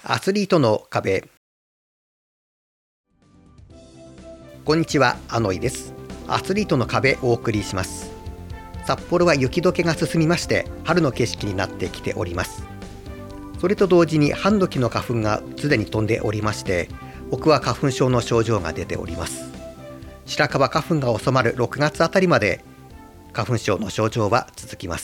アスリートの壁。こんにちは、アノイです。アスリートの壁をお送りします。札幌は雪解けが進みまして、春の景色になってきております。それと同時に春時の花粉がすでに飛んでおりまして、僕は花粉症の症状が出ております。白樺花粉が収まる6月あたりまで花粉症の症状は続きます。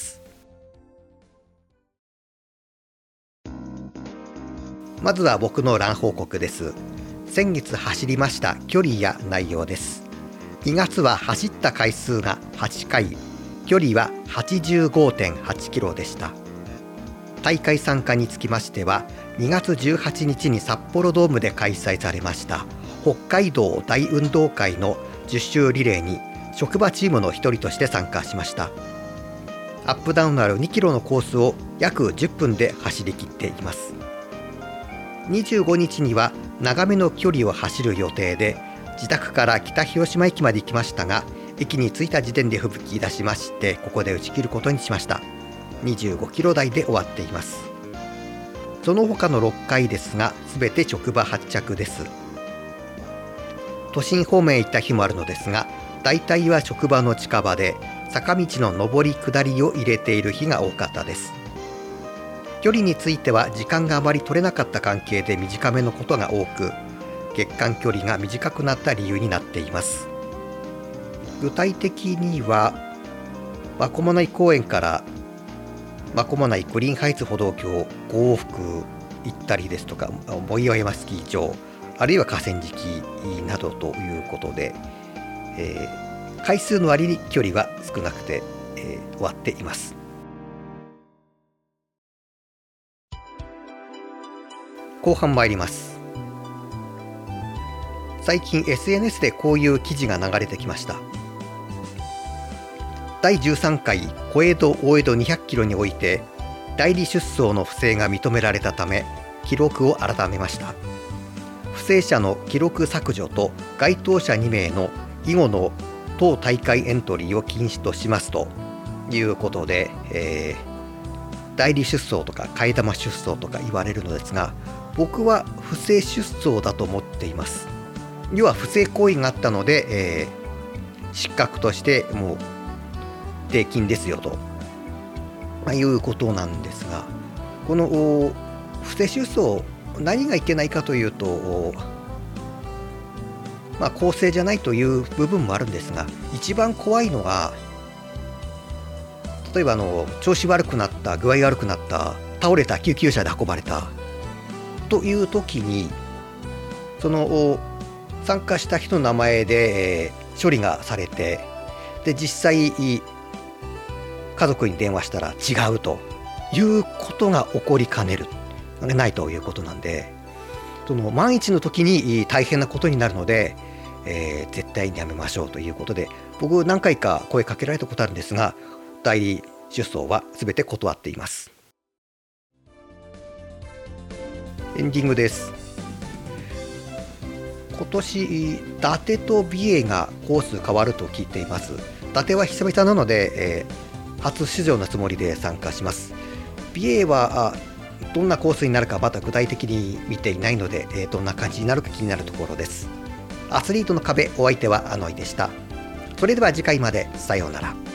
まずは僕のラン報告です。先月走りました距離や内容です。2月は走った回数が8回、距離は 85.8 キロでした。大会参加につきましては、2月18日に札幌ドームで開催されました北海道大運動会の10周リレーに職場チームの一人として参加しました。アップダウンのある2キロのコースを約10分で走り切っています。25日には長めの距離を走る予定で、自宅から北広島駅まで行きましたが、駅に着いた時点で吹雪出しまして、ここで打ち切ることにしました。25キロ台で終わっています。その他の6回ですが、すべて職場発着です。都心方面へ行った日もあるのですが、大体は職場の近場で坂道の上り下りを入れている日が多かったです。距離については時間があまり取れなかった関係で短めのことが多く、月間距離が短くなった理由になっています。具体的には、真駒内公園から真駒内グリーンハイツ歩道橋5往復行ったりですとか、藻岩山スキー場、あるいは河川敷などということで、回数の割に距離は少なくて、終わっています。後半参ります。最近 SNS でこういう記事が流れてきました。第13回小江戸大江戸200キロにおいて代理出走の不正が認められたため、記録を改めました。不正者の記録削除と該当者2名の以後の当大会エントリーを禁止としますということで、代理出走とか替え玉出走とか言われるのですが、僕は不正出走だと思っています。要は不正行為があったので、失格としてもう定金ですよと、いうことなんですが、この不正出走、何がいけないかというと、公正じゃないという部分もあるんですが、一番怖いのが、例えば調子悪くなった、具合悪くなった、倒れた、救急車で運ばれたという時に、その参加した人の名前で、処理がされて、で実際家族に電話したら違うということが起こりかねるないということなんで、その万一の時に大変なことになるので、絶対にやめましょうということで、僕何回か声かけられたことあるんですが、代理出走は全て断っています。エンディングです。今年伊達と美瑛がコース変わると聞いています。伊達は久々なので、初出場のつもりで参加します。美瑛はどんなコースになるかまだ具体的に見ていないので、どんな感じになるか気になるところです。アスリートの壁、お相手はアノイでした。それでは次回まで、さようなら。